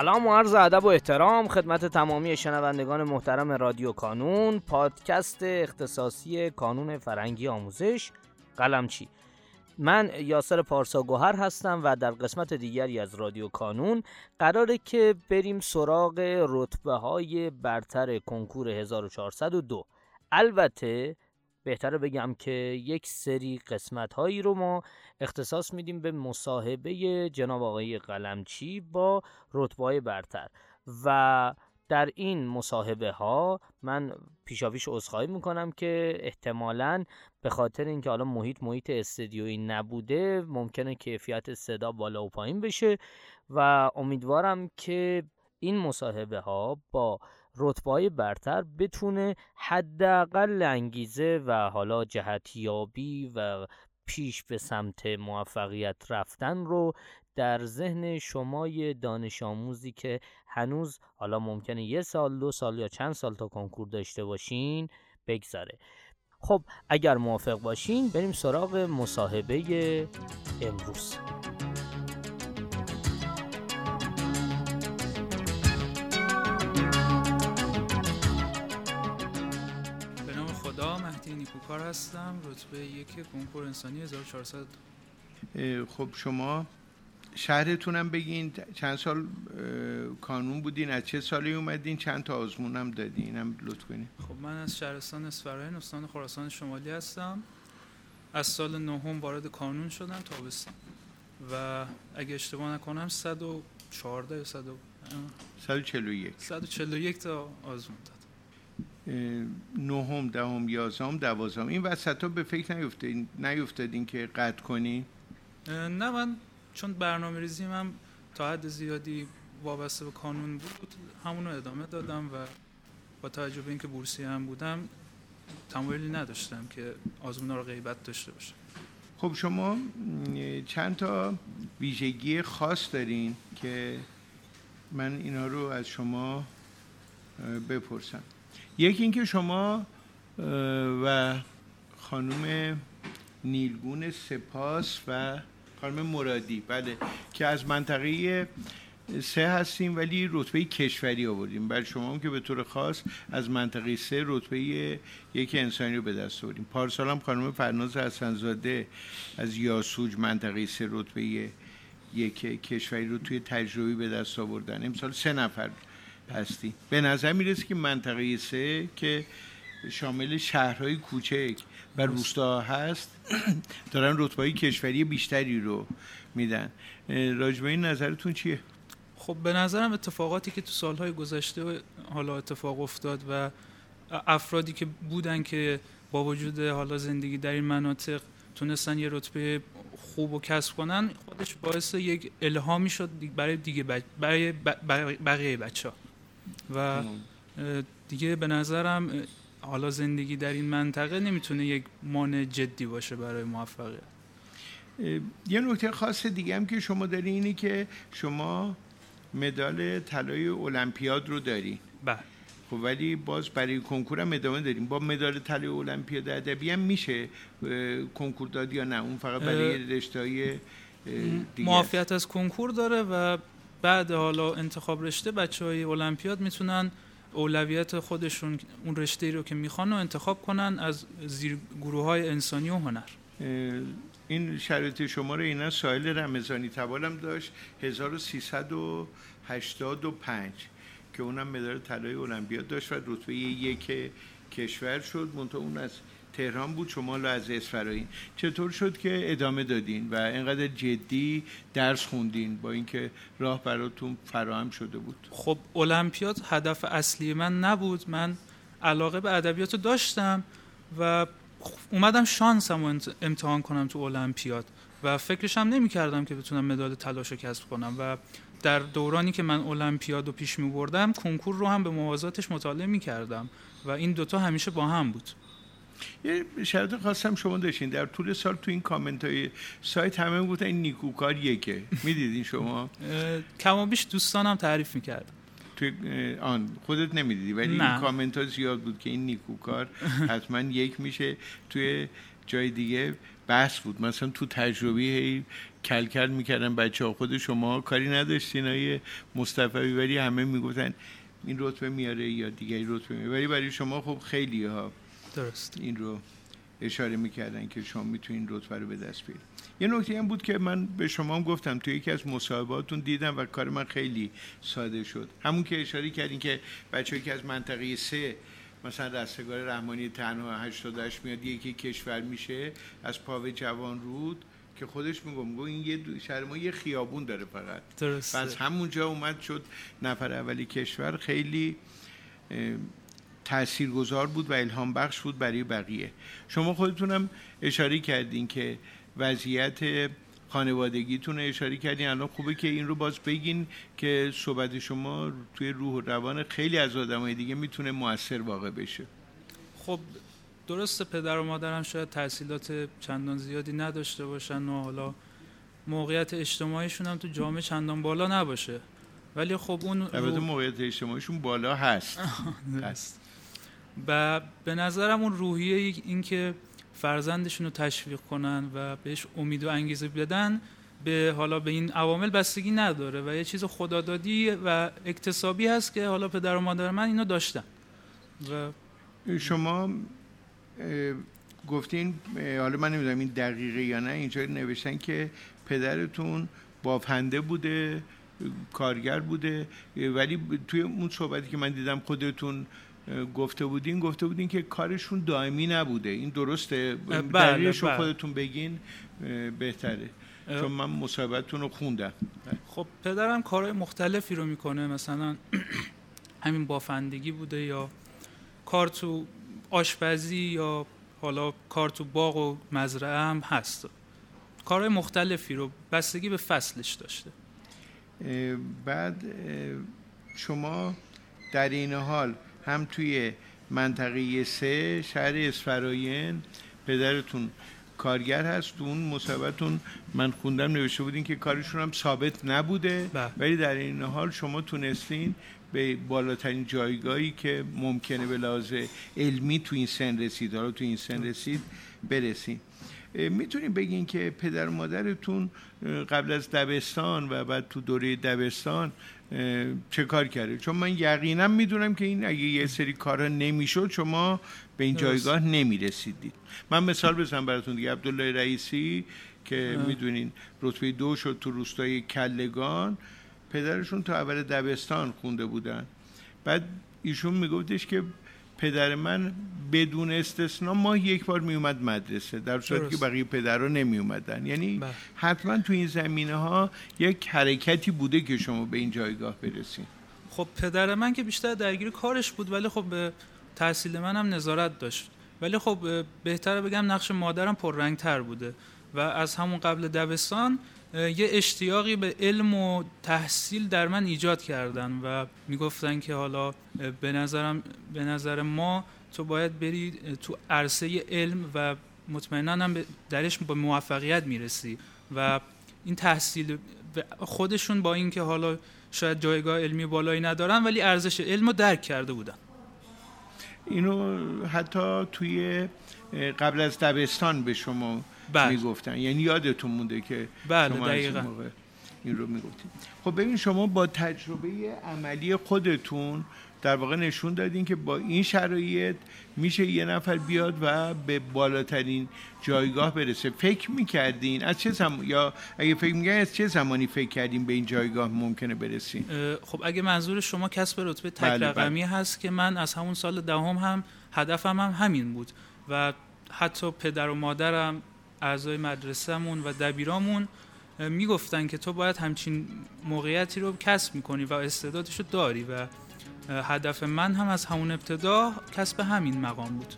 سلام و عرض ادب و احترام خدمت تمامی شنوندگان محترم رادیو کانون، پادکست اختصاصی کانون فرهنگی آموزش قلمچی. من یاسر پارسا گوهر هستم و در قسمت دیگری از رادیو کانون قراره که بریم سراغ رتبه‌های برتر کنکور 1402. البته بهتره بگم که یک سری قسمت‌هایی رو ما اختصاص میدیم به مصاحبه جناب آقای قلمچی با رتبه‌های برتر و در این مصاحبه ها من پیشاپیش عذرخواهی میکنم که احتمالاً به خاطر اینکه حالا محیط استودیویی نبوده ممکنه کیفیت صدا بالا و پایین بشه و امیدوارم که این مصاحبه ها با رتبه‌های برتر بتونه حداقل انگیزه و حالا جهتیابی و پیش به سمت موفقیت رفتن رو در ذهن شمای دانش آموزی که هنوز حالا ممکنه 1 سال 2 سال یا چند سال تا کنکور داشته باشین بگذاره. خب اگر موافق باشین بریم سراغ مصاحبه امروز. به نام خدا، مهدی نیکوکار هستم، رتبه 1 کنکور انسانی 1400. خب شما شهرتونم بگین، چند سال کانون بودین، از چه سالی اومدین، چند تا آزمون هم دادین، اینم لطف کنین. خب من از شهرستان اصفهان استان خراسان شمالی هستم. از سال 9 وارد کانون شدم تابستان و اگه اشتباه نکنم 114 یا 141 تا آزمون دادم. 9ام، 10ام، 11ام، 12ام این وسطا به فکر نیفتادین که قطع کنین؟ نه، من چون برنامه‌ریزی من تا حد زیادی وابسته به کانون بود همون رو ادامه دادم و با توجه به اینکه بورسیه هم بودم تمایلی نداشتم که آزمونا رو غیبت داشته باشم. خب شما چند تا ویژگی خاص دارین که من اینا رو از شما بپرسم. یکی این که شما و خانم نیلگون سپاس و خانم مرادی بله که از منطقه 3 هستیم ولی رتبه کشوری آوردیم. بله شما هم که به طور خاص از منطقه 3 رتبه 1 انسانی رو به دست آوردیم. پارسال هم خانم فرناز حسن‌زاده از یاسوج منطقه 3 رتبه 1 کشوری رو توی تجربی به دست آوردن. امسال 3 نفر هستی. به نظر میرسه که منطقه 3 که شامل شهرهای کوچک و روستا هست دارن رتبه‌های کشوری بیشتری رو میدن. راجع به این نظرتون چیه؟ خب به نظرم اتفاقاتی که تو سالهای گذشته حالا اتفاق افتاد و افرادی که بودن که با وجود حالا زندگی در این مناطق تونستن یه رتبه خوب و کسب کنن خودش باعث یک الهامی شد برای بقیه بچه‌ها و دیگه به نظرم حالا زندگی در این منطقه نمیتونه یک مانع جدی باشه برای موفقیت. یه نکته خاص دیگه هم که شما داری اینه که شما مدال طلای المپیاد رو داری. بله. خب ولی باز برای کنکور هم ادامه داریم. با مدال طلای المپیاد ادبی هم میشه کنکور داد یا نه؟ اون فقط برای رشته‌های دیگه معافیت از کنکور داره و بعد حالا انتخاب رشته بچه‌های المپیاد میتونن اولویت خودشون اون رشته‌ای رو که میخوان رو انتخاب کنن از زیر گروه‌های انسانی و هنر. این شرایط شما رو اینا ساحل رمضانی تبالم داشت 1385 که اونم مدال طلای المپیاد داشت و رتبه 1 کشور شد. منتها اون از تهران بود، شما از اصفهان. چطور شد که ادامه دادین و اینقدر جدی درس خوندین با اینکه راه براتون فراهم شده بود؟ خب المپیاد هدف اصلی من نبود. من علاقه به ادبیات داشتم و اومدم شانسمو امتحان کنم تو المپیاد و فکرش هم نمی‌کردم که بتونم مدال طلاشو کسب کنم و در دورانی که من المپیاد رو پیش می‌بردم کنکور رو هم به موازاتش مطالعه می‌کردم و این دوتا همیشه با هم بود. یه شرط خاصم شما داشتین در طول سال تو این کامنت‌های سایت همه گفتن این نیکوکار 1 می‌دیدین شما؟ کم و بیش دوستانم تعریف می‌کردن. توی آن خودت نمی‌دیدی ولی این کامنت‌ها زیاد بود که این نیکوکار حتما 1 میشه. توی جای دیگه بحث بود. مثلا تو تجربه هی کل میکردن بچه‌ها، خود شما کاری نداشتین های مصطفی، ولی همه میگفتن این رتبه میاره یا دیگری رتبه میاره، ولی برای شما خب خیلی ها درست این رو اشاره میکردن که شما میتونین رتبه رو به دست بیارید. یه نکته هم بود که من به شما هم گفتم توی یکی از مصاحبهاتون دیدم و کار من خیلی ساده شد، همون که اشاره کردین که بچه‌ای که از منطقه 3 مثلا رستگار رحمانی تنها 88 میاد یکی کشور میشه، از پاوه جوان رود که خودش میگه این یه شهر ما یه خیابون داره فقط، درسته. پس همونجا اومد شد نفر اولی کشور. خیلی تاثیرگذار بود و الهام بخش بود برای بقیه. شما خودتونم اشاره کردین که وضعیت خانوادگیتون رو اشاره کردین، الان خوبه که این رو باز بگین که صحبت شما توی روح و روان خیلی از آدمای دیگه میتونه مؤثر واقع بشه. خب درسته پدر و مادرم شاید تحصیلات چندان زیادی نداشته باشن و حالا موقعیت اجتماعیشون هم تو جامعه چندان بالا نباشه، ولی خب اون البته موقعیت اجتماعیشون بالا هست. و به نظرم اون روحیه این که فرزندشون رو تشویق کنن و بهش امید و انگیزه بدن به حالا به این عوامل بستگی نداره و یه چیز خدادادی و اکتسابی هست که حالا پدر و مادر من اینو داشتن. و شما گفتین، حالا من نمیدونم این دقیقه یا نه، اینجا نوشتن که پدرتون بافنده بوده، کارگر بوده، ولی توی اون صحبتی که من دیدم خودتون گفته بودین که کارشون دائمی نبوده. این درسته؟ دلیلش رو خودتون بگین بهتره، چون من مصاحبتون رو خوندم. خب پدرم کارهای مختلفی رو میکنه، مثلا همین بافندگی بوده یا کار تو آشپزی یا حالا کار تو باغ و مزرعه هم هست. کارهای مختلفی رو بستگی به فصلش داشته. بعد شما در این حال هم توی منطقه 3 شهر اسفراین پدرتون کارگر هست. تو اون مصاحبه‌تون من خوندم نوشته بودین که کارشون هم ثابت نبوده، ولی در این حال شما تونستین به بالاترین جایگاهی که ممکنه به لحاظ علمی تو این سن رسید، حالا تو این سن رسید برسین. میتونین بگین که پدر و مادرتون قبل از دبستان و بعد تو دوره دبستان چه کار کرده؟ چون من یقینا میدونم که این اگه یه سری کارا نمیشد شما به این جایگاه نمیرسیدید. من مثال بزنم براتون دیگه. عبدالله رئیسی که میدونین رتبه 2 شد تو روستای کلگان، پدرشون تو اول دبستان خونده بودن. بعد ایشون میگفتش که پدر من بدون استثنا ماه یک بار می اومد مدرسه، در صورتی که بقیه پدرها نمی اومدن. یعنی حتما تو این زمینه ها یک حرکتی بوده که شما به این جایگاه برسین. خب پدر من که بیشتر درگیر کارش بود، ولی خب به تحصیل من هم نظارت داشت. ولی خب بهتره بگم نقش مادرم پررنگ‌تر بوده و از همون قبل دبستان یه اشتیاقی به علم و تحصیل در من ایجاد کردن و میگفتن که حالا به نظر ما تو باید بری تو عرصه علم و مطمئناً هم درش با موفقیت میرسی. و این تحصیل خودشون با این که حالا شاید جایگاه علمی بالایی ندارن ولی ارزش علم رو درک کرده بودن. اینو حتی توی قبل از دبستان به شما میگفتن، یعنی یادتون مونده که شما دقیقاً این رو میگفتین. خب ببین شما با تجربه عملی خودتون در واقع نشون دادین که با این شرایط میشه یه نفر بیاد و به بالاترین جایگاه برسه. فکر میکردین از چه زمان، یا اگه فکر میکردین از چه زمانی فکر کردین به این جایگاه ممکنه برسین؟ خب اگه منظور شما کسب رتبه تک رقمی هست که من از همون سال دهم هم هدفم هم همین بود و حتی پدر و مادرم، اعضای مدرسه‌مون و دبیرامون میگفتن که تو باید همچین موقعیتی رو کسب میکنی و استعدادش رو داری و هدف من هم از همون ابتدا کسب همین مقام بود.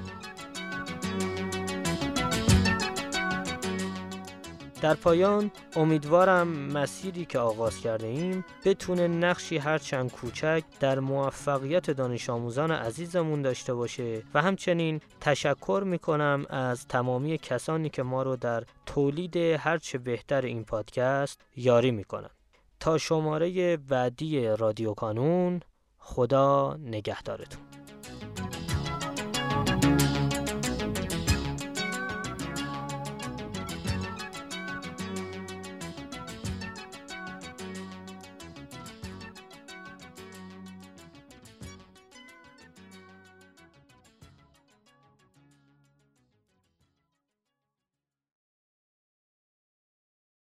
در پایان امیدوارم مسیری که آغاز کرده ایم بتونه نقشی هرچند کوچک در موفقیت دانش آموزان عزیزمون داشته باشه و همچنین تشکر میکنم از تمامی کسانی که ما رو در تولید هرچه بهتر این پادکست یاری میکنن. تا شماره بعدی رادیو کانون، خدا نگهدارتون.